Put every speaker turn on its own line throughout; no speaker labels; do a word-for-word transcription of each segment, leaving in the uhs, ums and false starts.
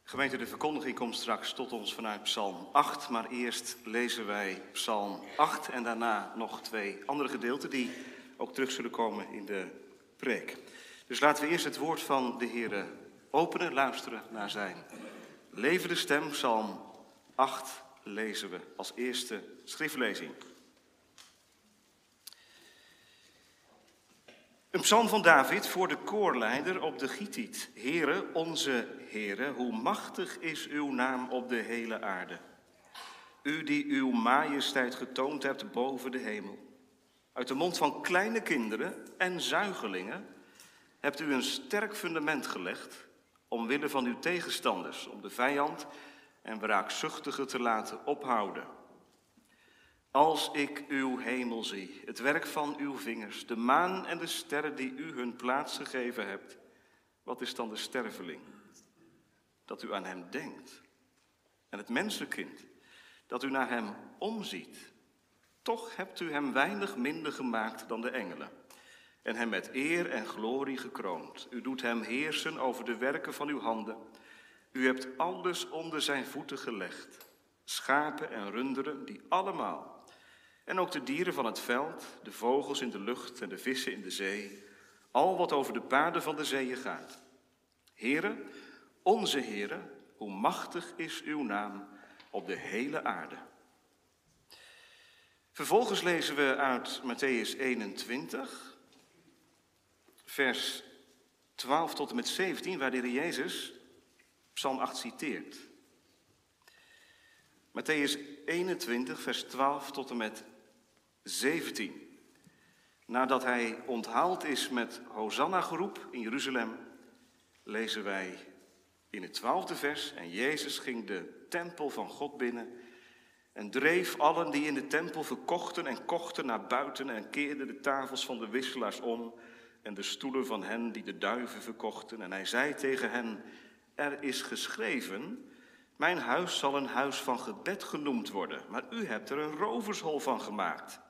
Gemeente, de verkondiging komt straks tot ons vanuit Psalm acht, maar eerst lezen wij Psalm acht en daarna nog twee andere gedeelten die ook terug zullen komen in de preek. Dus laten we eerst het woord van de Heere openen, luisteren naar zijn levende stem. Psalm acht lezen we als eerste schriftlezing. Een psalm van David voor de koorleider op de Gittiet. Heere, onze Heere, hoe machtig is uw naam op de hele aarde. U die uw majesteit getoond hebt boven de hemel. Uit de mond van kleine kinderen en zuigelingen hebt u een sterk fundament gelegd, omwille van uw tegenstanders, om de vijand en wraakzuchtigen te laten ophouden. Als ik uw hemel zie, het werk van uw vingers, de maan en de sterren die u hun plaats gegeven hebt, wat is dan de sterveling? Dat u aan hem denkt. En het mensenkind, dat u naar hem omziet. Toch hebt u hem weinig minder gemaakt dan de engelen. En hem met eer en glorie gekroond. U doet hem heersen over de werken van uw handen. U hebt alles onder zijn voeten gelegd. Schapen en runderen, die allemaal. En ook de dieren van het veld, de vogels in de lucht en de vissen in de zee. Al wat over de paden van de zeeën gaat. Heere, onze Heere, hoe machtig is uw naam op de hele aarde. Vervolgens lezen we uit Mattheüs eenentwintig, vers twaalf tot en met zeventien, waar de Heer Jezus Psalm acht citeert. Mattheüs eenentwintig, vers twaalf tot en met zeventien. Nadat hij onthaald is met Hosanna-geroep in Jeruzalem, lezen wij in het twaalfde vers: en Jezus ging de tempel van God binnen en dreef allen die in de tempel verkochten en kochten naar buiten en keerde de tafels van de wisselaars om en de stoelen van hen die de duiven verkochten. En hij zei tegen hen: er is geschreven, mijn huis zal een huis van gebed genoemd worden, maar u hebt er een rovershol van gemaakt.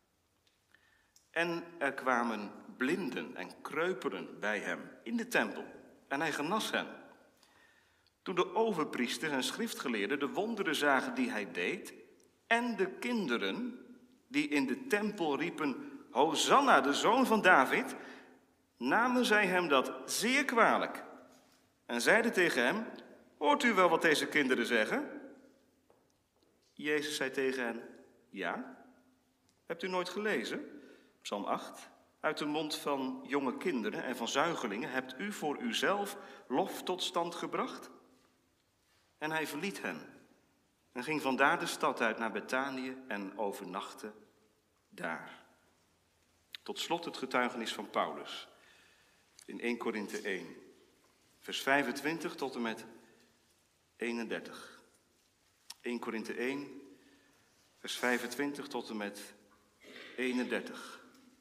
En er kwamen blinden en kreupelen bij hem in de tempel en hij genas hen. Toen de overpriesters en schriftgeleerden de wonderen zagen die hij deed en de kinderen die in de tempel riepen, Hosanna, de zoon van David, namen zij hem dat zeer kwalijk en zeiden tegen hem: hoort u wel wat deze kinderen zeggen? Jezus zei tegen hen: ja. Hebt u nooit gelezen? Psalm acht. Uit de mond van jonge kinderen en van zuigelingen hebt u voor uzelf lof tot stand gebracht? En hij verliet hen en ging vandaar de stad uit naar Betanië en overnachtte daar. Tot slot het getuigenis van Paulus in eerste Korinthe één, vers vijfentwintig tot en met eenendertig. eerste Korinthe één, vers vijfentwintig tot en met eenendertig.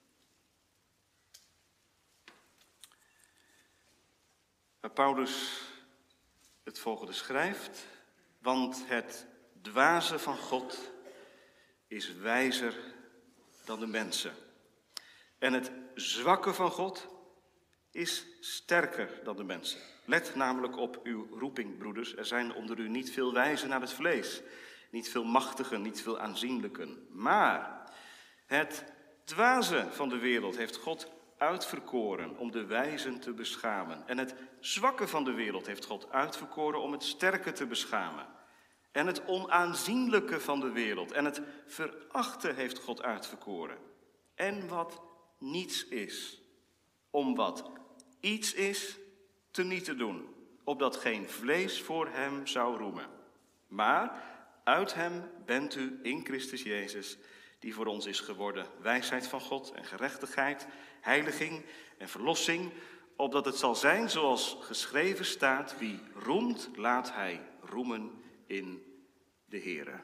Waar Paulus het volgende schrijft: want het dwaze van God is wijzer dan de mensen. En het zwakke van God is sterker dan de mensen. Let namelijk op uw roeping, broeders. Er zijn onder u niet veel wijzen naar het vlees. Niet veel machtigen, niet veel aanzienlijken. Maar het dwaze van de wereld heeft God uitverkoren om de wijzen te beschamen. En het zwakke van de wereld heeft God uitverkoren om het sterke te beschamen. En het onaanzienlijke van de wereld en het verachte heeft God uitverkoren. En wat niets is, om wat iets is teniet te doen, opdat geen vlees voor hem zou roemen. Maar uit hem bent u in Christus Jezus, die voor ons is geworden wijsheid van God en gerechtigheid, heiliging en verlossing, opdat het zal zijn zoals geschreven staat, wie roemt, laat hij roemen in de Heere.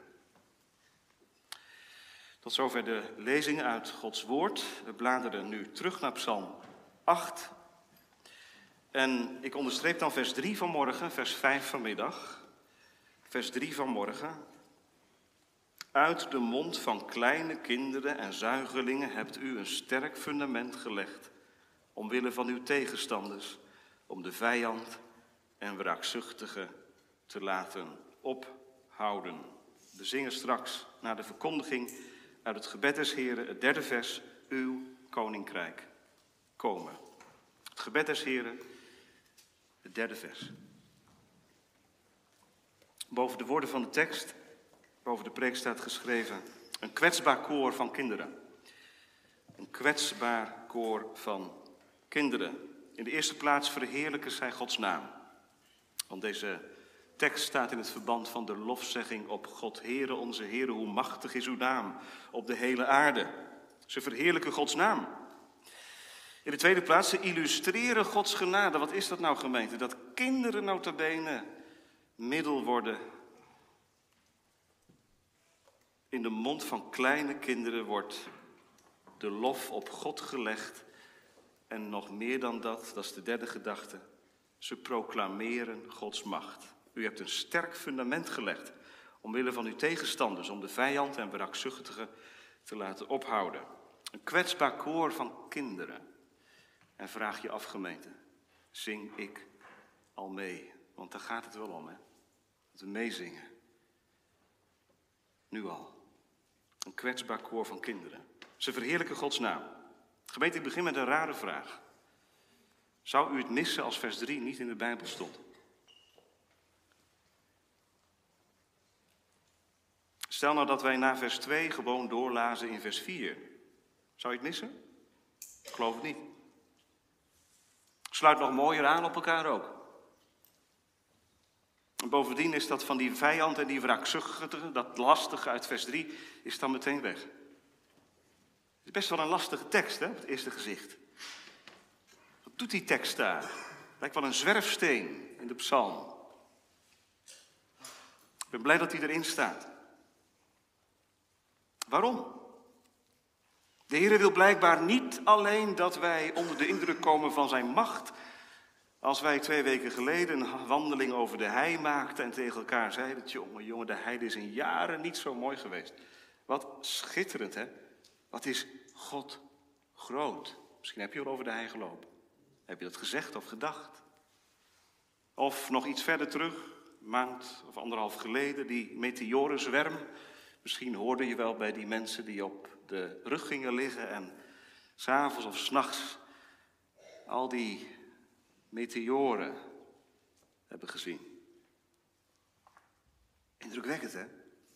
Tot zover de lezingen uit Gods woord. We bladeren nu terug naar Psalm acht. En ik onderstreep dan vers drie vanmorgen, vers vijf vanmiddag. Vers drie vanmorgen. Uit de mond van kleine kinderen en zuigelingen hebt u een sterk fundament gelegd, omwille van uw tegenstanders, om de vijand en wraakzuchtigen te laten ophouden. We zingen straks na de verkondiging uit het gebed des Heren, het derde vers, uw koninkrijk komen. Het gebed des Heren, het derde vers. Boven de woorden van de tekst, boven de preek staat geschreven, een kwetsbaar koor van kinderen. Een kwetsbaar koor van kinderen. In de eerste plaats verheerlijken zij Gods naam. Want deze tekst staat in het verband van de lofzegging op God. Heere, onze Heere, hoe machtig is uw naam op de hele aarde. Ze verheerlijken Gods naam. In de tweede plaats, ze illustreren Gods genade. Wat is dat nou, gemeente? Dat kinderen nota bene middel worden. In de mond van kleine kinderen wordt de lof op God gelegd. En nog meer dan dat, dat is de derde gedachte. Ze proclameren Gods macht. U hebt een sterk fundament gelegd omwille van uw tegenstanders, om de vijand en wraakzuchtigen te laten ophouden. Een kwetsbaar koor van kinderen. En vraag je af, gemeente, zing ik al mee? Want daar gaat het wel om, hè? Dat we meezingen. Nu al. Een kwetsbaar koor van kinderen. Ze verheerlijken Gods naam. Gemeente, ik begin met een rare vraag. Zou u het missen als vers drie niet in de Bijbel stond? Stel nou dat wij na vers twee gewoon doorlazen in vers vier. Zou je het missen? Ik geloof het niet. Sluit nog mooier aan op elkaar ook. En bovendien is dat van die vijand en die wraakzuchtige, dat lastige uit vers drie, is dan meteen weg. Het is best wel een lastige tekst, hè, op het eerste gezicht. Wat doet die tekst daar? Lijkt wel een zwerfsteen in de psalm. Ik ben blij dat hij erin staat. Waarom? De Heer wil blijkbaar niet alleen dat wij onder de indruk komen van zijn macht. Als wij twee weken geleden een wandeling over de hei maakten en tegen elkaar zeiden, jongen, jongen, de heide is in jaren niet zo mooi geweest. Wat schitterend, hè? Wat is God groot? Misschien heb je al over de hei gelopen. Heb je dat gezegd of gedacht? Of nog iets verder terug, een maand of anderhalf geleden, die meteorenzwerm. Misschien hoorde je wel bij die mensen die op de rug gingen liggen en 's avonds of 's nachts al die meteoren hebben gezien. Indrukwekkend, hè?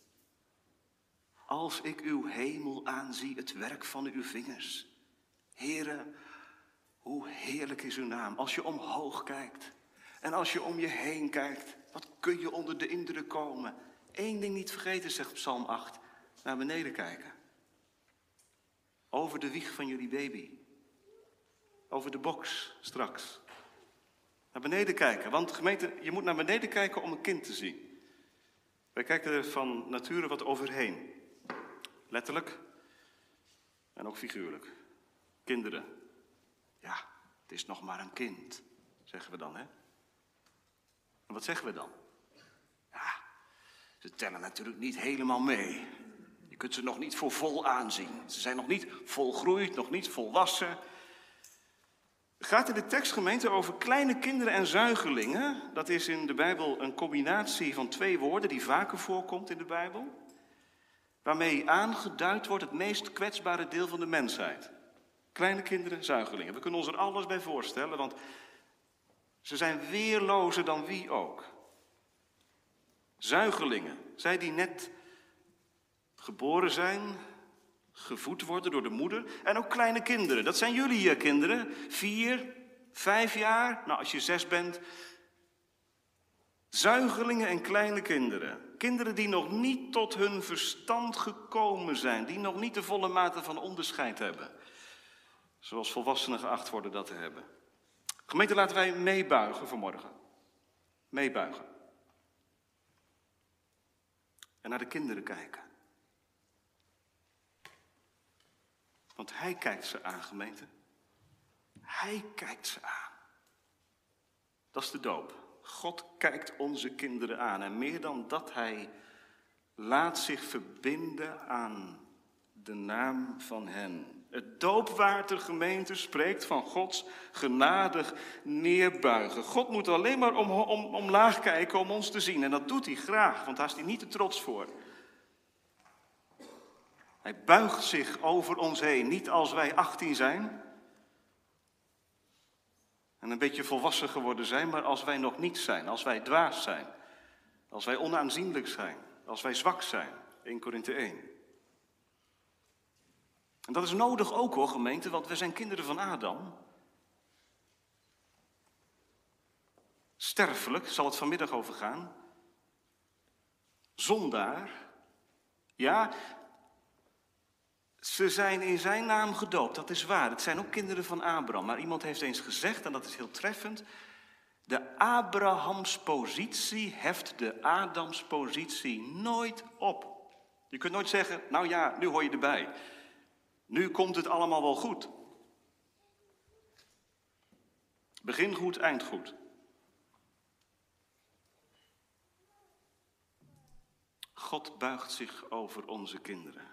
Als ik uw hemel aanzie, het werk van uw vingers. Heere, hoe heerlijk is uw naam. Als je omhoog kijkt en als je om je heen kijkt, wat kun je onder de indruk komen? Eén ding niet vergeten, zegt Psalm acht, naar beneden kijken. Over de wieg van jullie baby. Over de box straks. Naar beneden kijken, want gemeente, je moet naar beneden kijken om een kind te zien. Wij kijken er van nature wat overheen. Letterlijk en ook figuurlijk. Kinderen. Ja, het is nog maar een kind, zeggen we dan, hè? En wat zeggen we dan? Ja, ze tellen natuurlijk niet helemaal mee. Je kunt ze nog niet voor vol aanzien. Ze zijn nog niet volgroeid, nog niet volwassen. Het gaat in de tekstgemeente over kleine kinderen en zuigelingen. Dat is in de Bijbel een combinatie van twee woorden die vaker voorkomt in de Bijbel. Waarmee aangeduid wordt het meest kwetsbare deel van de mensheid. Kleine kinderen, zuigelingen. We kunnen ons er alles bij voorstellen, want ze zijn weerlozer dan wie ook. Zuigelingen, zij die net geboren zijn, gevoed worden door de moeder. En ook kleine kinderen, dat zijn jullie hier kinderen. Vier, vijf jaar, nou als je zes bent. Zuigelingen en kleine kinderen. Kinderen die nog niet tot hun verstand gekomen zijn. Die nog niet de volle mate van onderscheid hebben. Zoals volwassenen geacht worden dat te hebben. Gemeente, laten wij meebuigen vanmorgen. Meebuigen. En naar de kinderen kijken. Want hij kijkt ze aan, gemeente. Hij kijkt ze aan. Dat is de doop. God kijkt onze kinderen aan. En meer dan dat, hij laat zich verbinden aan de naam van hen. Het doopwater, gemeente, spreekt van Gods genadig neerbuigen. God moet alleen maar om, om, omlaag kijken om ons te zien. En dat doet hij graag, want daar is hij niet te trots voor. Hij buigt zich over ons heen, niet als wij achttien zijn en een beetje volwassen geworden zijn, maar als wij nog niet zijn, als wij dwaas zijn, als wij onaanzienlijk zijn, als wij zwak zijn. Eerste Korinthe één. En dat is nodig ook hoor, gemeente, want we zijn kinderen van Adam. Sterfelijk, zal het vanmiddag over gaan. Zondaar. Ja, ze zijn in zijn naam gedoopt, dat is waar. Het zijn ook kinderen van Abraham. Maar iemand heeft eens gezegd, en dat is heel treffend, de Abrahamspositie heft de Adamspositie nooit op. Je kunt nooit zeggen, nou ja, nu hoor je erbij. Nu komt het allemaal wel goed. Begin goed, eind goed. God buigt zich over onze kinderen.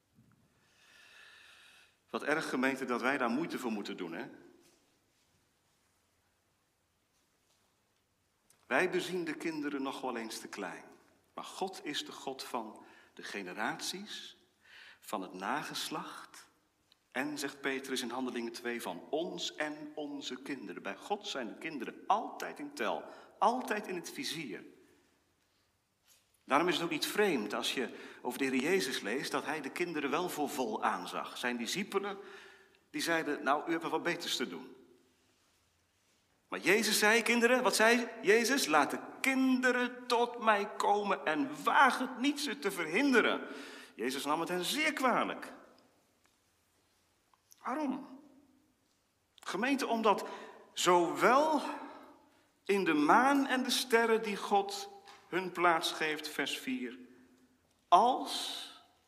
Wat erg, gemeente, dat wij daar moeite voor moeten doen, hè? Wij bezien de kinderen nog wel eens te klein. Maar God is de God van de generaties, van het nageslacht. En, zegt Petrus in Handelingen twee, van ons en onze kinderen. Bij God zijn de kinderen altijd in tel, altijd in het vizier. Daarom is het ook niet vreemd als je over de Heer Jezus leest, dat hij de kinderen wel voor vol aanzag. Zijn discipelen, die zeiden, nou, u hebt wat beters te doen. Maar Jezus zei, kinderen, wat zei Jezus? Laat de kinderen tot mij komen en waag het niet ze te verhinderen. Jezus nam het hen zeer kwalijk. Waarom? Gemeente, omdat zowel in de maan en de sterren die God hun plaats geeft, vers vier, als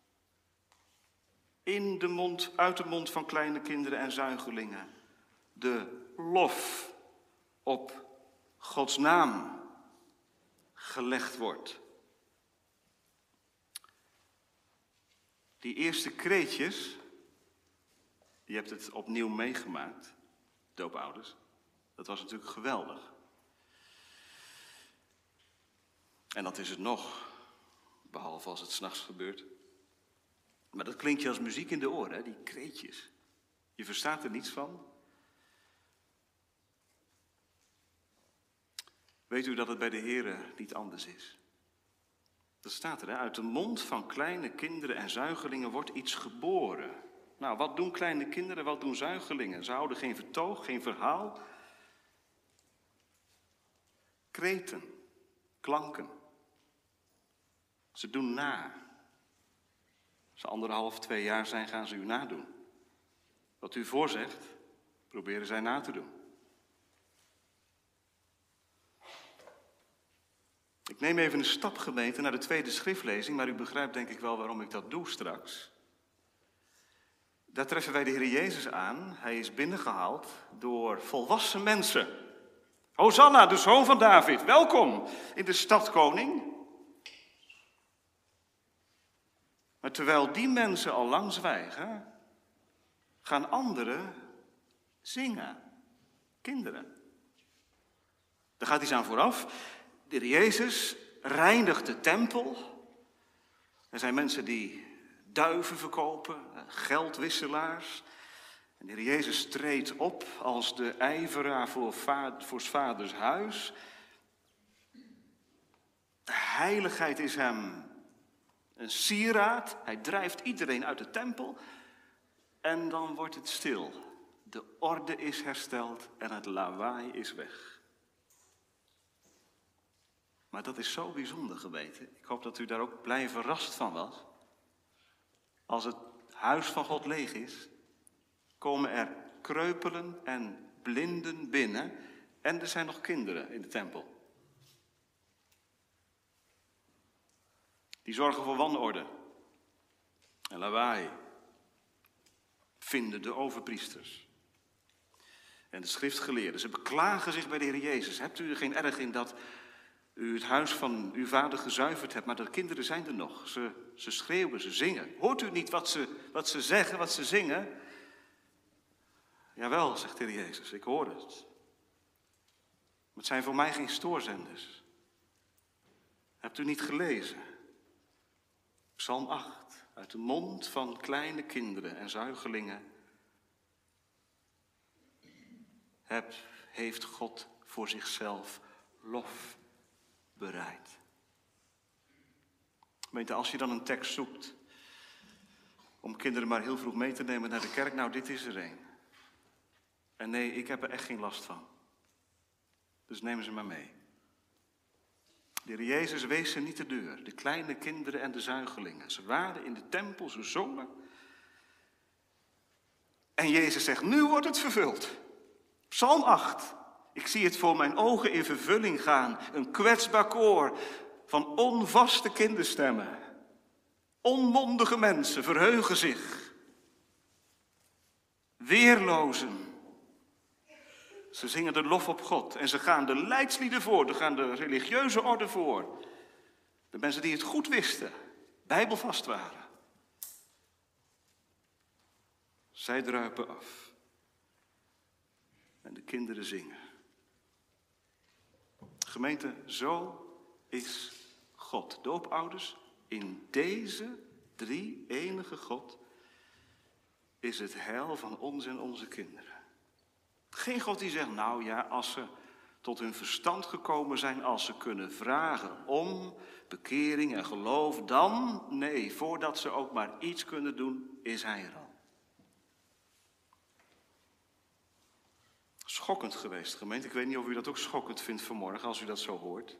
in de mond, uit de mond van kleine kinderen en zuigelingen de lof op Gods naam gelegd wordt. Die eerste kreetjes, je hebt het opnieuw meegemaakt, doopouders, dat was natuurlijk geweldig. En dat is het nog, behalve als het 's nachts gebeurt. Maar dat klinkt je als muziek in de oren, hè? Die kreetjes. Je verstaat er niets van. Weet u dat het bij de Here niet anders is? Dat staat er, hè? Uit de mond van kleine kinderen en zuigelingen wordt iets geboren. Nou, wat doen kleine kinderen, wat doen zuigelingen? Ze houden geen vertoog, geen verhaal. Kreten, klanken. Ze doen na. Als ze anderhalf, twee jaar zijn, gaan ze u nadoen. Wat u voorzegt, proberen zij na te doen. Ik neem even een stap, gemeente, naar de tweede schriftlezing, maar u begrijpt denk ik wel waarom ik dat doe straks. Daar treffen wij de Heer Jezus aan. Hij is binnengehaald door volwassen mensen. Hosanna, de zoon van David, welkom in de stad, koning. Maar terwijl die mensen al lang zwijgen, gaan anderen zingen. Kinderen. Daar gaat iets aan vooraf. De Heer Jezus reinigt de tempel. Er zijn mensen die duiven verkopen, geldwisselaars. En de Heer Jezus treedt op als de ijveraar voor, va- voor 's vaders huis. De heiligheid is hem een sieraad. Hij drijft iedereen uit de tempel. En dan wordt het stil. De orde is hersteld en het lawaai is weg. Maar dat is zo bijzonder, geweten. Ik hoop dat u daar ook blij verrast van was. Als het huis van God leeg is, komen er kreupelen en blinden binnen. En er zijn nog kinderen in de tempel. Die zorgen voor wanorde en lawaai. Vinden de overpriesters en de schriftgeleerden. Ze beklagen zich bij de Heer Jezus. Hebt u er geen erg in dat u het huis van uw vader gezuiverd hebt, maar de kinderen zijn er nog. Ze, ze schreeuwen, ze zingen. Hoort u niet wat ze, wat ze zeggen, wat ze zingen? Jawel, zegt de Heer Jezus, ik hoor het. Maar het zijn voor mij geen stoorzenders. Hebt u niet gelezen? Psalm acht, uit de mond van kleine kinderen en zuigelingen heb, heeft God voor zichzelf lof bereid. Gemeente, als je dan een tekst zoekt om kinderen maar heel vroeg mee te nemen naar de kerk, nou, dit is er een. En nee, ik heb er echt geen last van. Dus neem ze maar mee. De Heer Jezus wees ze niet de deur, de kleine kinderen en de zuigelingen. Ze waren in de tempel, ze zongen. En Jezus zegt, nu wordt het vervuld. Psalm acht. Ik zie het voor mijn ogen in vervulling gaan. Een kwetsbaar koor van onvaste kinderstemmen. Onmondige mensen verheugen zich. Weerlozen. Ze zingen de lof op God en ze gaan de leidslieden voor, ze gaan de religieuze orde voor. De mensen die het goed wisten, bijbelvast waren. Zij druipen af. En de kinderen zingen. Gemeente, zo is God. Doopouders, in deze drie enige God is het heil van ons en onze kinderen. Geen God die zegt, nou ja, als ze tot hun verstand gekomen zijn, als ze kunnen vragen om bekering en geloof, dan, nee, voordat ze ook maar iets kunnen doen, is hij er al. Schokkend geweest, gemeente. Ik weet niet of u dat ook schokkend vindt vanmorgen, als u dat zo hoort.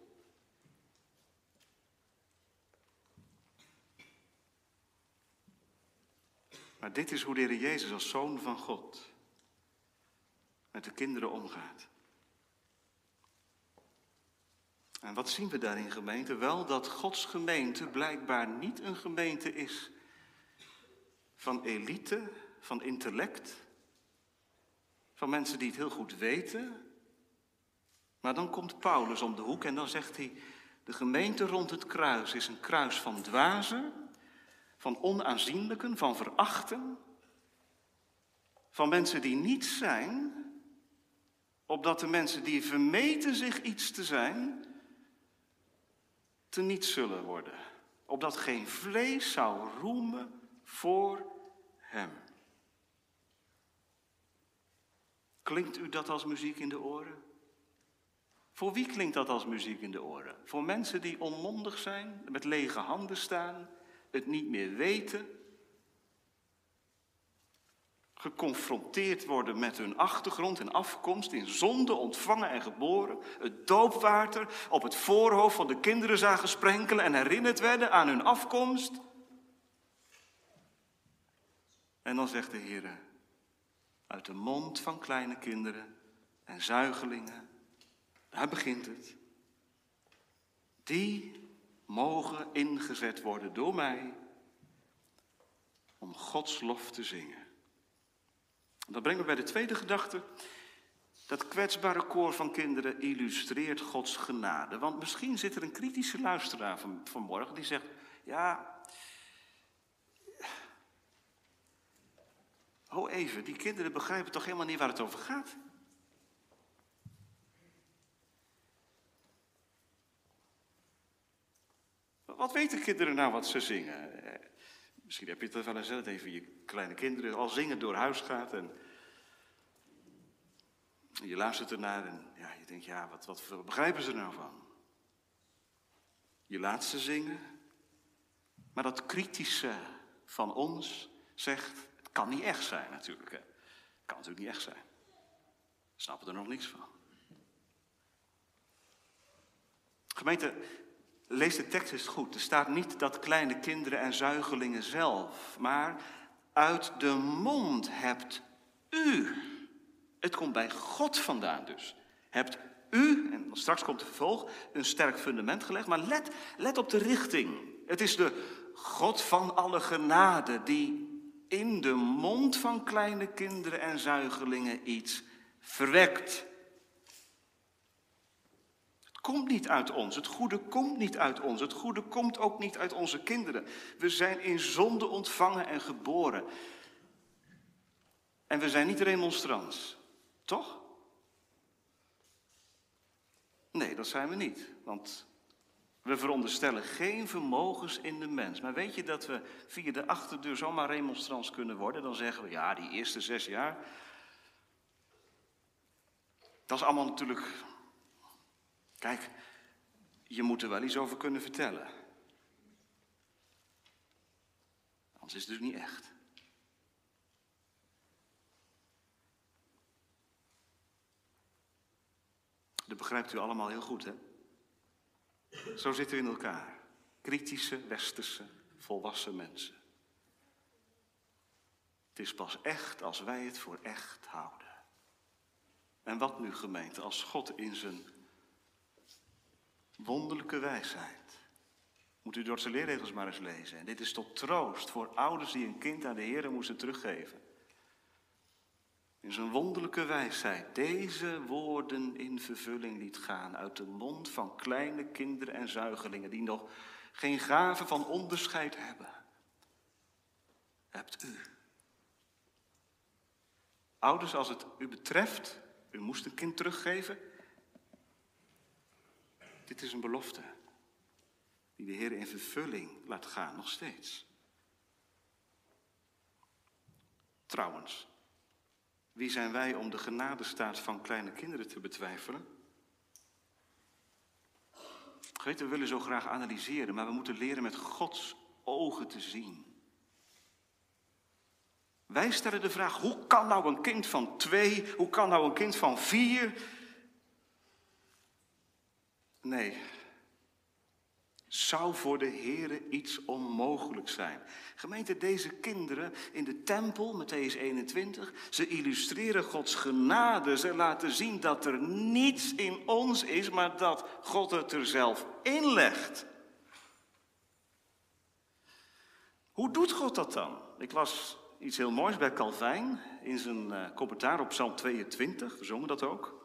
Maar dit is hoe de Heer Jezus als Zoon van God met de kinderen omgaat. En wat zien we daarin, gemeente? Wel dat Gods gemeente blijkbaar niet een gemeente is van elite, van intellect, van mensen die het heel goed weten. Maar dan komt Paulus om de hoek en dan zegt hij, de gemeente rond het kruis is een kruis van dwazen, van onaanzienlijken, van verachten, van mensen die niets zijn, opdat de mensen die vermeten zich iets te zijn, te niets zullen worden. Opdat geen vlees zou roemen voor hem. Klinkt u dat als muziek in de oren? Voor wie klinkt dat als muziek in de oren? Voor mensen die onmondig zijn, met lege handen staan, het niet meer weten, geconfronteerd worden met hun achtergrond en afkomst, in zonde ontvangen en geboren, het doopwater op het voorhoofd van de kinderen zagen sprenkelen en herinnerd werden aan hun afkomst. En dan zegt de Heer, uit de mond van kleine kinderen en zuigelingen, daar begint het. Die mogen ingezet worden door mij om Gods lof te zingen. Dat brengt me bij de tweede gedachte. Dat kwetsbare koor van kinderen illustreert Gods genade. Want misschien zit er een kritische luisteraar van, vanmorgen die zegt, ja, ho even, die kinderen begrijpen toch helemaal niet waar het over gaat? Wat weten kinderen nou wat ze zingen? Misschien heb je het er wel eens, dat even je kleine kinderen al zingen door huis gaat en je luistert ernaar en ja, je denkt, ja, wat, wat, wat begrijpen ze er nou van? Je laat ze zingen, maar dat kritische van ons zegt, het kan niet echt zijn natuurlijk. Hè? Het kan natuurlijk niet echt zijn. We snappen er nog niks van. Gemeente, lees de tekst eens goed. Er staat niet dat kleine kinderen en zuigelingen zelf, maar uit de mond hebt u. Het komt bij God vandaan dus. Hebt u, en straks komt het vervolg, een sterk fundament gelegd. Maar let, let op de richting. Het is de God van alle genade die in de mond van kleine kinderen en zuigelingen iets verwekt. Het komt niet uit ons. Het goede komt niet uit ons. Het goede komt ook niet uit onze kinderen. We zijn in zonde ontvangen en geboren. En we zijn niet remonstrants, toch? Nee, dat zijn we niet, want we veronderstellen geen vermogens in de mens. Maar weet je dat we via de achterdeur zomaar remonstrants kunnen worden? Dan zeggen we, ja, die eerste zes jaar, dat is allemaal natuurlijk... Kijk, je moet er wel iets over kunnen vertellen. Anders is het dus niet echt. Dat begrijpt u allemaal heel goed, hè? Zo zitten we in elkaar. Kritische, westerse, volwassen mensen. Het is pas echt als wij het voor echt houden. En wat nu, gemeente, als God in zijn wonderlijke wijsheid. Moet u door zijn leerregels maar eens lezen. En dit is tot troost voor ouders die een kind aan de Heer moesten teruggeven. In zijn wonderlijke wijsheid deze woorden in vervulling liet gaan uit de mond van kleine kinderen en zuigelingen die nog geen gave van onderscheid hebben. Hebt u. Ouders, als het u betreft, u moest een kind teruggeven. Dit is een belofte die de Heer in vervulling laat gaan, nog steeds. Trouwens, wie zijn wij om de genadestaat van kleine kinderen te betwijfelen? Weet, we willen zo graag analyseren, maar we moeten leren met Gods ogen te zien. Wij stellen de vraag, hoe kan nou een kind van twee, hoe kan nou een kind van vier... Nee, zou voor de Heere iets onmogelijk zijn. Gemeente, deze kinderen in de tempel, Mattheüs eenentwintig, ze illustreren Gods genade. Ze laten zien dat er niets in ons is, maar dat God het er zelf inlegt. Hoe doet God dat dan? Ik las iets heel moois bij Calvijn in zijn uh, commentaar op Psalm tweeëntwintig. We zongen dat ook.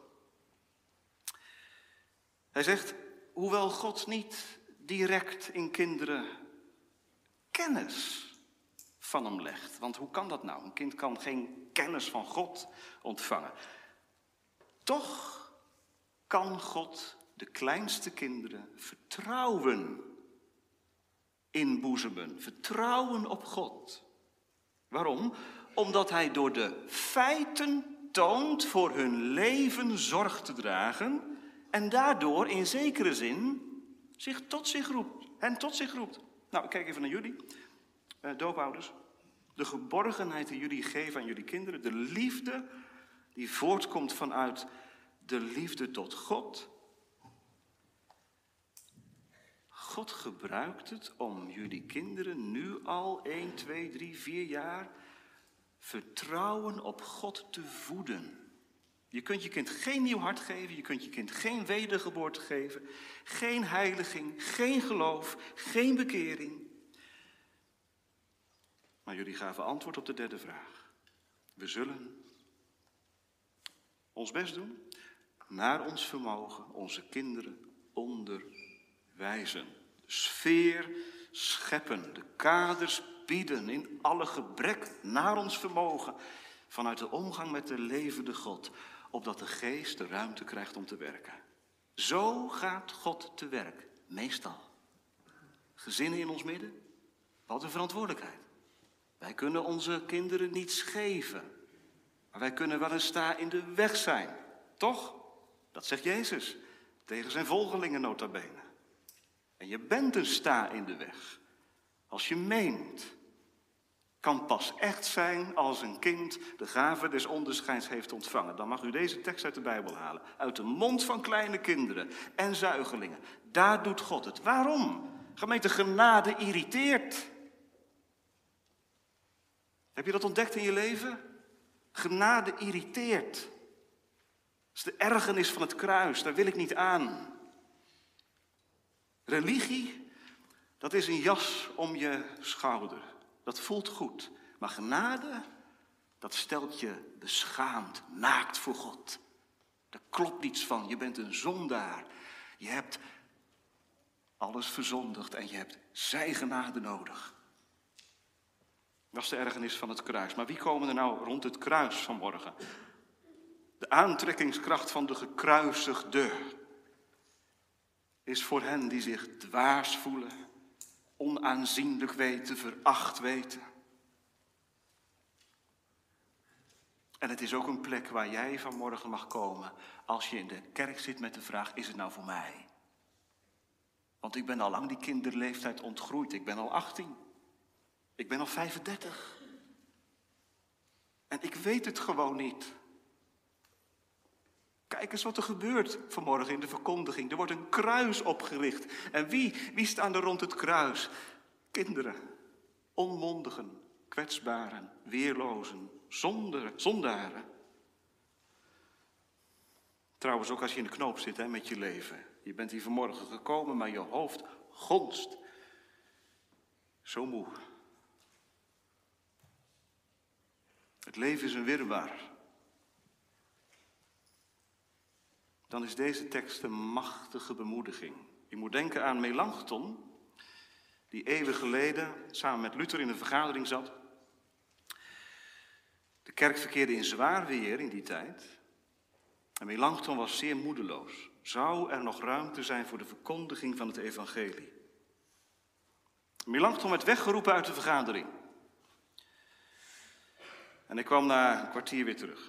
Hij zegt, hoewel God niet direct in kinderen kennis van hem legt. Want hoe kan dat nou? Een kind kan geen kennis van God ontvangen. Toch kan God de kleinste kinderen vertrouwen inboezemen. Vertrouwen op God. Waarom? Omdat hij door de feiten toont voor hun leven zorg te dragen en daardoor in zekere zin zich tot zich roept. Hen tot zich roept. Nou, ik kijk even naar jullie, uh, doopouders. De geborgenheid die jullie geven aan jullie kinderen, de liefde die voortkomt vanuit de liefde tot God. God gebruikt het om jullie kinderen nu al één, twee, drie, vier jaar vertrouwen op God te voeden. Je kunt je kind geen nieuw hart geven, je kunt je kind geen wedergeboorte geven, geen heiliging, geen geloof, geen bekering. Maar jullie gaven antwoord op de derde vraag. We zullen ons best doen, naar ons vermogen, onze kinderen onderwijzen. De sfeer scheppen, de kaders bieden in alle gebrek naar ons vermogen, vanuit de omgang met de levende God, opdat de geest de ruimte krijgt om te werken. Zo gaat God te werk, meestal. Gezinnen in ons midden, wat een verantwoordelijkheid. Wij kunnen onze kinderen niets geven, maar wij kunnen wel een sta in de weg zijn. Toch? Dat zegt Jezus tegen zijn volgelingen nota bene. En je bent een sta in de weg. Als je meent, kan pas echt zijn als een kind de gave des onderscheids heeft ontvangen. Dan mag u deze tekst uit de Bijbel halen. Uit de mond van kleine kinderen en zuigelingen. Daar doet God het. Waarom? Gemeente, genade irriteert. Heb je dat ontdekt in je leven? Genade irriteert. Dat is de ergernis van het kruis, daar wil ik niet aan. Religie, dat is een jas om je schouder. Dat voelt goed. Maar genade, dat stelt je beschaamd, naakt voor God. Daar klopt niets van. Je bent een zondaar. Je hebt alles verzondigd en je hebt zijn genade nodig. Dat is de ergernis van het kruis. Maar wie komen er nou rond het kruis vanmorgen? De aantrekkingskracht van de gekruisigde is voor hen die zich dwaas voelen, onaanzienlijk weten, veracht weten. En het is ook een plek waar jij vanmorgen mag komen als je in de kerk zit met de vraag, is het nou voor mij? Want ik ben al lang die kinderleeftijd ontgroeid. Ik ben al achttien. Ik ben al vijfendertig. En ik weet het gewoon niet. Kijk eens wat er gebeurt vanmorgen in de verkondiging. Er wordt een kruis opgericht. En wie, wie staan er rond het kruis? Kinderen, onmondigen, kwetsbaren, weerlozen, zonder, zondaren. Trouwens ook als je in de knoop zit hè, met je leven. Je bent hier vanmorgen gekomen, maar je hoofd gonst. Zo moe. Het leven is een wirwar. Dan is deze tekst een machtige bemoediging. Je moet denken aan Melanchthon, die eeuwen geleden samen met Luther in een vergadering zat. De kerk verkeerde in zwaar weer in die tijd. En Melanchthon was zeer moedeloos. Zou er nog ruimte zijn voor de verkondiging van het evangelie? Melanchthon werd weggeroepen uit de vergadering. En hij kwam na een kwartier weer terug.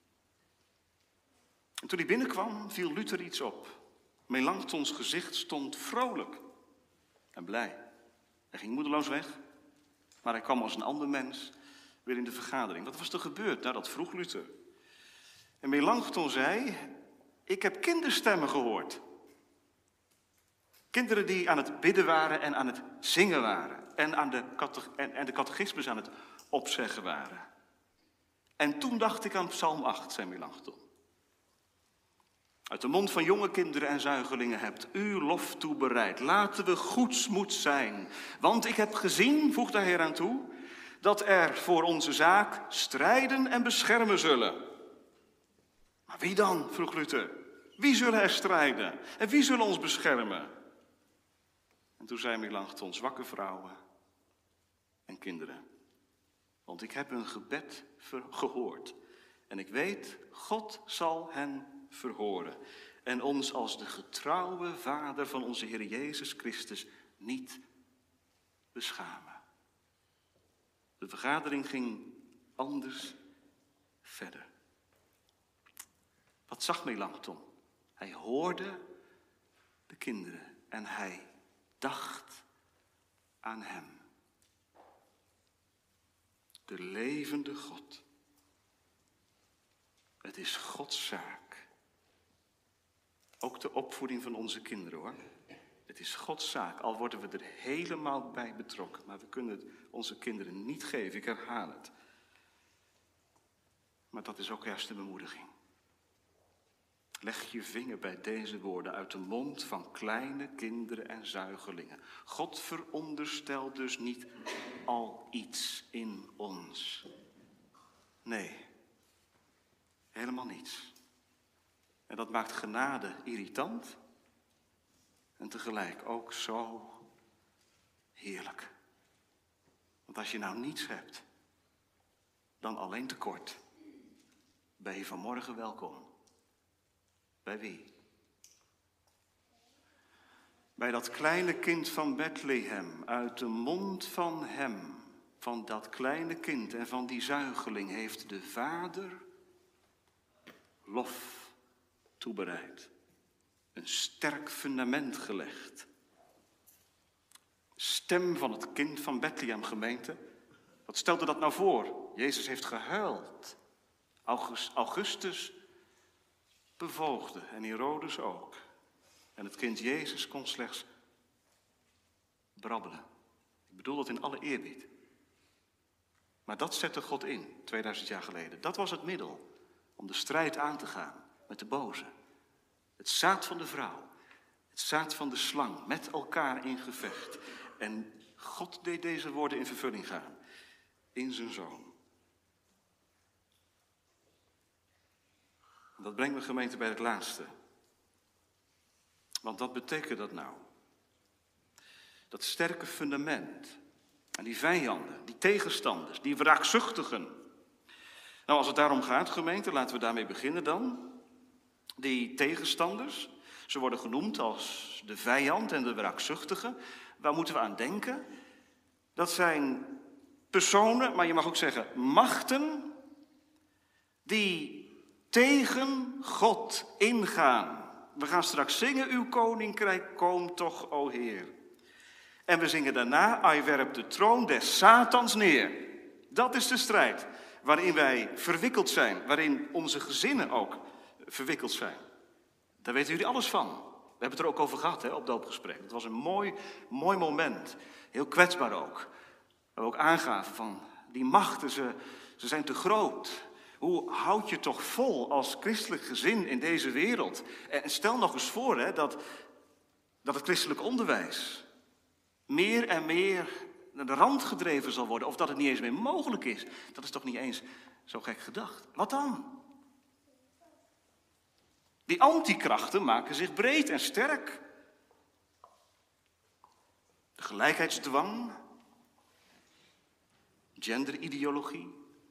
En toen hij binnenkwam, viel Luther iets op. Melanchthons gezicht stond vrolijk en blij. Hij ging moedeloos weg, maar hij kwam als een ander mens weer in de vergadering. Wat was er gebeurd? Nou, dat vroeg Luther. En Melanchthon zei, ik heb kinderstemmen gehoord. Kinderen die aan het bidden waren en aan het zingen waren. En, aan de, catech- en, en de catechismus aan het opzeggen waren. En toen dacht ik aan Psalm acht, zei Melanchthon. Uit de mond van jonge kinderen en zuigelingen hebt u lof toebereid. Laten we goedsmoed zijn. Want ik heb gezien, voegt de Heer aan toe, dat er voor onze zaak strijden en beschermen zullen. Maar wie dan, vroeg Luther. Wie zullen er strijden? En wie zullen ons beschermen? En toen zei Melanchthon, zwakke vrouwen en kinderen. Want ik heb hun gebed gehoord. En ik weet, God zal hen verhoren. En ons als de getrouwe Vader van onze Heer Jezus Christus niet beschamen. De vergadering ging anders verder. Wat zag Melanchthon? Hij hoorde de kinderen en hij dacht aan hem. De levende God. Het is Gods zaak. Ook de opvoeding van onze kinderen hoor. Het is Gods zaak, al worden we er helemaal bij betrokken. Maar we kunnen het onze kinderen niet geven, ik herhaal het. Maar dat is ook juist de bemoediging. Leg je vinger bij deze woorden uit de mond van kleine kinderen en zuigelingen. God veronderstelt dus niet al iets in ons. Nee, helemaal niets. En dat maakt genade irritant en tegelijk ook zo heerlijk. Want als je nou niets hebt, dan alleen tekort, ben je vanmorgen welkom. Bij wie? Bij dat kleine kind van Bethlehem, uit de mond van hem, van dat kleine kind en van die zuigeling, heeft de Vader lof toebereid. Een sterk fundament gelegd. Stem van het kind van Bethlehem, gemeente. Wat stelde dat nou voor? Jezus heeft gehuild. Augustus bevoogde en Herodes ook. En het kind Jezus kon slechts brabbelen. Ik bedoel dat in alle eerbied. Maar dat zette God in, tweeduizend jaar geleden. Dat was het middel om de strijd aan te gaan met de boze. Het zaad van de vrouw, het zaad van de slang, met elkaar in gevecht. En God deed deze woorden in vervulling gaan, in zijn Zoon. Dat brengt me, gemeente, bij het laatste. Want wat betekent dat nou? Dat sterke fundament En die vijanden, die tegenstanders, die wraakzuchtigen. Nou, als het daarom gaat, gemeente, laten we daarmee beginnen dan. Die tegenstanders, ze worden genoemd als de vijand en de wraakzuchtige. Waar moeten we aan denken? Dat zijn personen, maar je mag ook zeggen machten, die tegen God ingaan. We gaan straks zingen, uw koninkrijk komt toch, o Heer. En we zingen daarna, hij werpt de troon des Satans neer. Dat is de strijd waarin wij verwikkeld zijn, waarin onze gezinnen ook verwikkeld zijn. Daar weten jullie alles van. We hebben het er ook over gehad hè, op doopgesprek. Het was een mooi, mooi moment, heel kwetsbaar ook. Waar we ook aangaven van, die machten, ze, ze zijn te groot. Hoe houd je toch vol als christelijk gezin in deze wereld? En stel nog eens voor hè, dat, dat het christelijk onderwijs meer en meer naar de rand gedreven zal worden. Of dat het niet eens meer mogelijk is. Dat is toch niet eens zo gek gedacht. Wat dan? Die antikrachten maken zich breed en sterk. De gelijkheidsdwang. Genderideologie.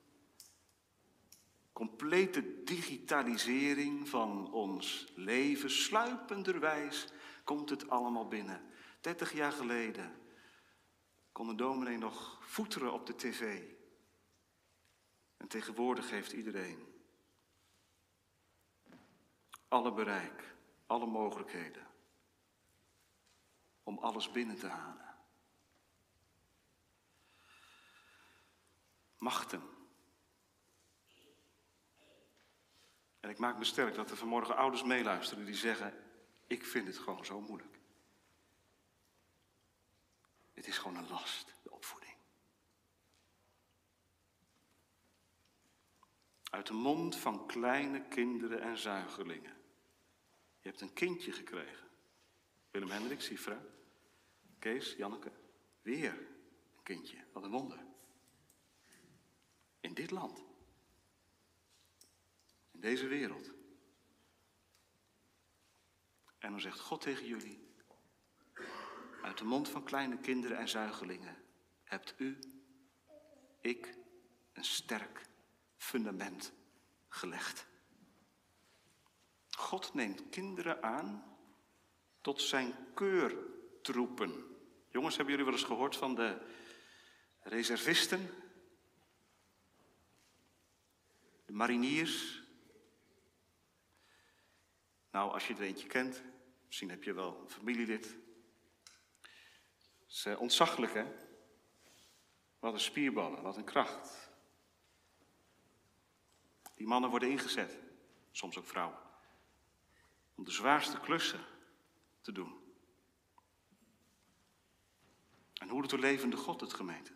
Complete digitalisering van ons leven. Sluipenderwijs komt het allemaal binnen. dertig jaar geleden kon een dominee nog voeteren op de tv. En tegenwoordig heeft iedereen alle bereik, alle mogelijkheden om alles binnen te halen. Machten. En ik maak me sterk dat er vanmorgen ouders meeluisteren die zeggen, ik vind het gewoon zo moeilijk. Het is gewoon een last, de opvoeding. Uit de mond van kleine kinderen en zuigelingen. Je hebt een kindje gekregen. Willem Hendrik, Sifra, Kees, Janneke. Weer een kindje, wat een wonder. In dit land. In deze wereld. En dan zegt God tegen jullie, uit de mond van kleine kinderen en zuigelingen hebt u, ik, een sterk fundament gelegd. God neemt kinderen aan tot zijn keurtroepen. Jongens, hebben jullie wel eens gehoord van de reservisten? De mariniers? Nou, als je er eentje kent, misschien heb je wel een familielid. Het is ontzaglijk, hè? Wat een spierballen, wat een kracht. Die mannen worden ingezet, soms ook vrouwen, om de zwaarste klussen te doen. En hoe doet de levende God het, gemeente?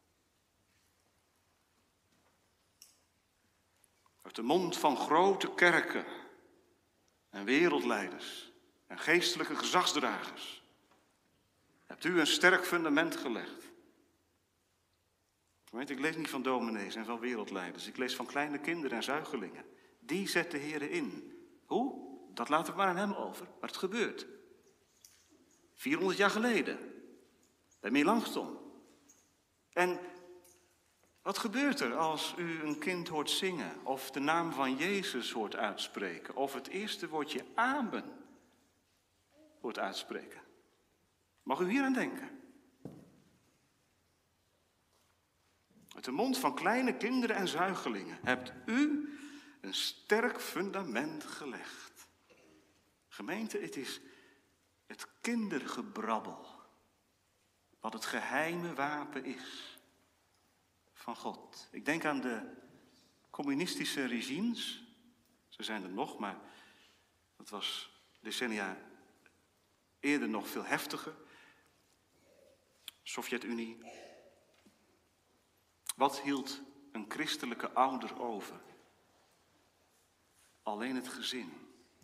Uit de mond van grote kerken en wereldleiders en geestelijke gezagsdragers hebt u een sterk fundament gelegd. Gemeente, ik lees niet van dominees en van wereldleiders. Ik lees van kleine kinderen en zuigelingen. Die zet de Heer in. Hoe? Dat laat ik maar aan hem over. Maar het gebeurt. vierhonderd jaar geleden. Bij Melanchthon. En wat gebeurt er als u een kind hoort zingen? Of de naam van Jezus hoort uitspreken? Of het eerste woordje amen hoort uitspreken? Mag u hier aan denken? Uit de mond van kleine kinderen en zuigelingen hebt u een sterk fundament gelegd. Gemeente, het is het kindergebrabbel wat het geheime wapen is van God. Ik denk aan de communistische regimes. Ze zijn er nog, maar dat was decennia eerder nog veel heftiger. Sovjet-Unie. Wat hield een christelijke ouder over? Alleen het gezin.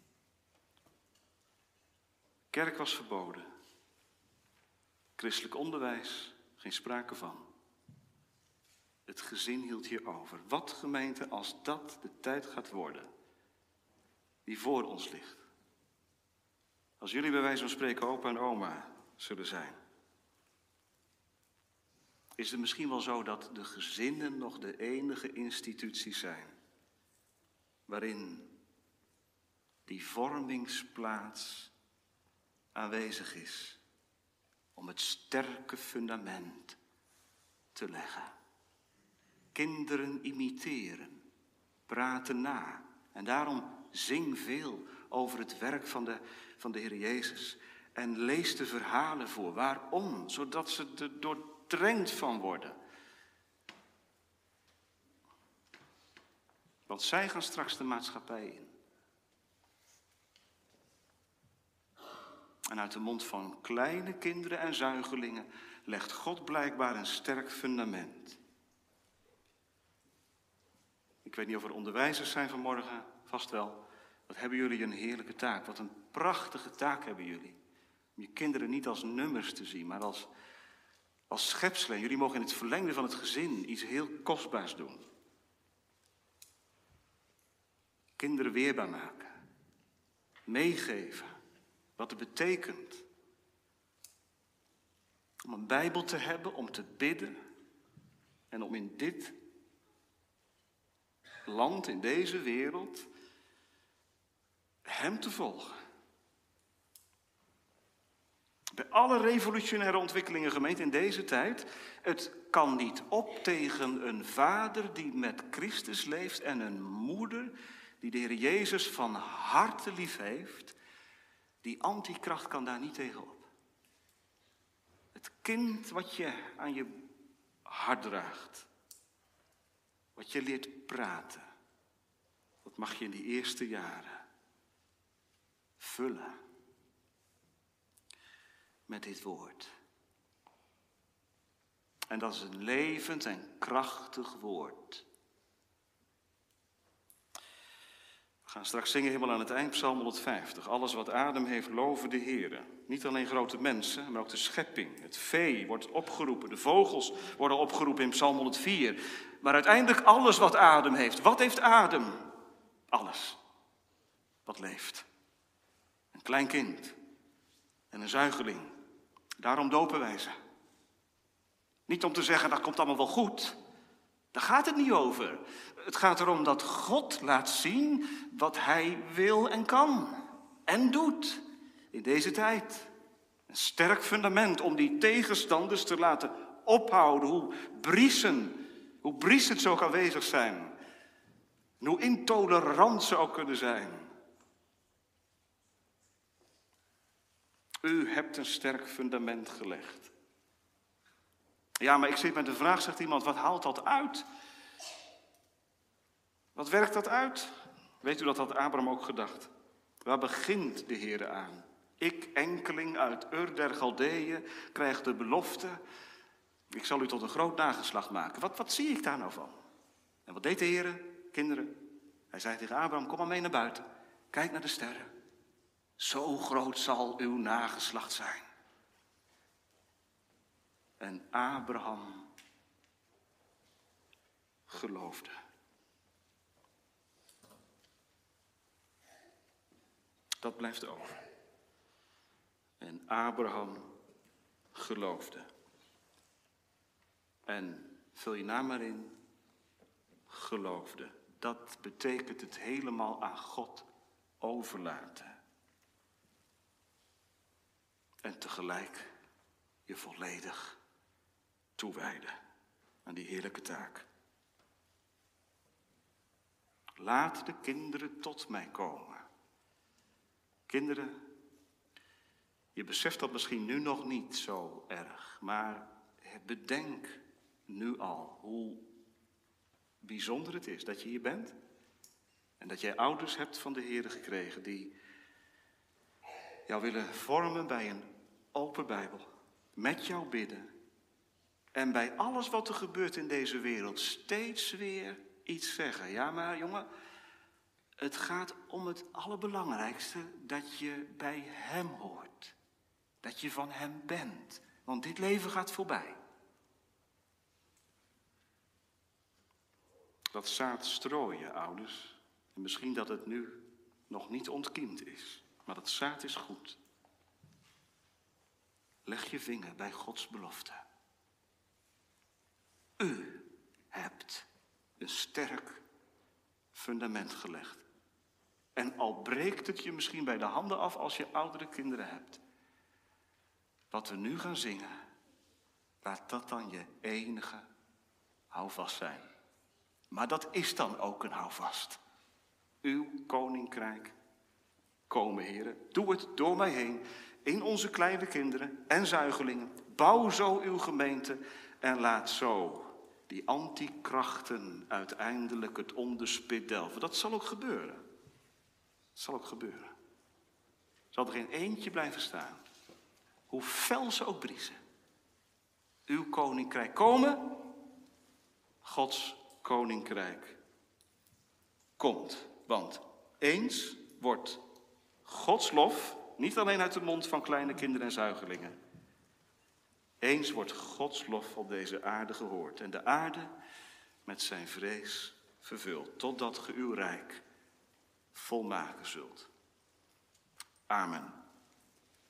Kerk was verboden. Christelijk onderwijs, geen sprake van. Het gezin hield hier over. Wat, gemeente, als dat de tijd gaat worden die voor ons ligt? Als jullie bij wijze van spreken opa en oma zullen zijn. is het misschien wel zo dat de gezinnen nog de enige instituties zijn waarin die vormingsplaats aanwezig is om het sterke fundament te leggen. Kinderen imiteren, praten na en daarom zing veel over het werk van de, van de Heer Jezus en lees de verhalen voor. Waarom? Zodat ze er doordrenkt van worden. Want zij gaan straks de maatschappij in. En uit de mond van kleine kinderen en zuigelingen legt God blijkbaar een sterk fundament. Ik weet niet of er onderwijzers zijn vanmorgen, vast wel. Wat hebben jullie een heerlijke taak. Wat een prachtige taak hebben jullie. Om je kinderen niet als nummers te zien, maar als, als schepselen. Jullie mogen in het verlengde van het gezin iets heel kostbaars doen. Kinderen weerbaar maken. Meegeven. Wat het betekent. Om een Bijbel te hebben, om te bidden. En om in dit land, in deze wereld, hem te volgen. Bij alle revolutionaire ontwikkelingen, gemeente, in deze tijd, het kan niet op tegen een vader die met Christus leeft en een moeder die de Heer Jezus van harte lief heeft. Die antikracht kan daar niet tegenop. Het kind wat je aan je hart draagt, wat je leert praten, dat mag je in die eerste jaren vullen met dit woord. En dat is een levend en krachtig woord. We gaan straks zingen helemaal aan het eind, Psalm honderdvijftig. Alles wat adem heeft, loven de Heere. Niet alleen grote mensen, maar ook de schepping. Het vee wordt opgeroepen, de vogels worden opgeroepen in Psalm honderdvier. Maar uiteindelijk alles wat adem heeft. Wat heeft adem? Alles wat leeft. Een klein kind en een zuigeling. Daarom dopen wij ze. Niet om te zeggen, dat komt allemaal wel goed. Daar gaat het niet over. Het gaat erom dat God laat zien wat hij wil en kan. En doet in deze tijd. Een sterk fundament om die tegenstanders te laten ophouden. Hoe briesen, hoe briesend ze ook aanwezig zijn. En hoe intolerant ze ook kunnen zijn. U hebt een sterk fundament gelegd. Ja, maar ik zit met de vraag, zegt iemand, wat haalt dat uit? Wat werkt dat uit? Weet u dat had Abraham ook gedacht? Waar begint de Heere aan? Ik, enkeling uit Ur der Galdeeën, krijg de belofte. Ik zal u tot een groot nageslacht maken. Wat, wat zie ik daar nou van? En wat deed de Heere? Kinderen, hij zei tegen Abraham, kom maar mee naar buiten. Kijk naar de sterren. Zo groot zal uw nageslacht zijn. En Abraham geloofde. Dat blijft over. En Abraham geloofde. En vul je naam maar in. Geloofde. Dat betekent het helemaal aan God overlaten. En tegelijk je volledig toewijden aan die heerlijke taak. Laat de kinderen tot mij komen. Kinderen, je beseft dat misschien nu nog niet zo erg, maar bedenk nu al hoe bijzonder het is dat je hier bent. En dat jij ouders hebt van de Heere gekregen die jou willen vormen bij een open Bijbel. Met jou bidden. En bij alles wat er gebeurt in deze wereld steeds weer iets zeggen. Ja, maar jongen, het gaat om het allerbelangrijkste, dat je bij hem hoort. Dat je van hem bent. Want dit leven gaat voorbij. Dat zaad strooien, ouders. En misschien dat het nu nog niet ontkiemd is. Maar dat zaad is goed. Leg je vinger bij Gods belofte. een sterk fundament gelegd. En al breekt het je misschien bij de handen af als je oudere kinderen hebt. Wat we nu gaan zingen, laat dat dan je enige houvast zijn. Maar dat is dan ook een houvast. Uw koninkrijk komen, heren. Doe het door mij heen, in onze kleine kinderen en zuigelingen. Bouw zo uw gemeente en laat zo die antikrachten uiteindelijk het onderspit delven. Dat zal ook gebeuren. Dat zal ook gebeuren. Zal er geen eentje blijven staan. Hoe fel ze ook briezen. Uw koninkrijk komen. Gods koninkrijk komt. Want eens wordt Gods lof niet alleen uit de mond van kleine kinderen en zuigelingen. Eens wordt Gods lof op deze aarde gehoord. En de aarde met zijn vrees vervuld. Totdat ge uw rijk volmaken zult. Amen.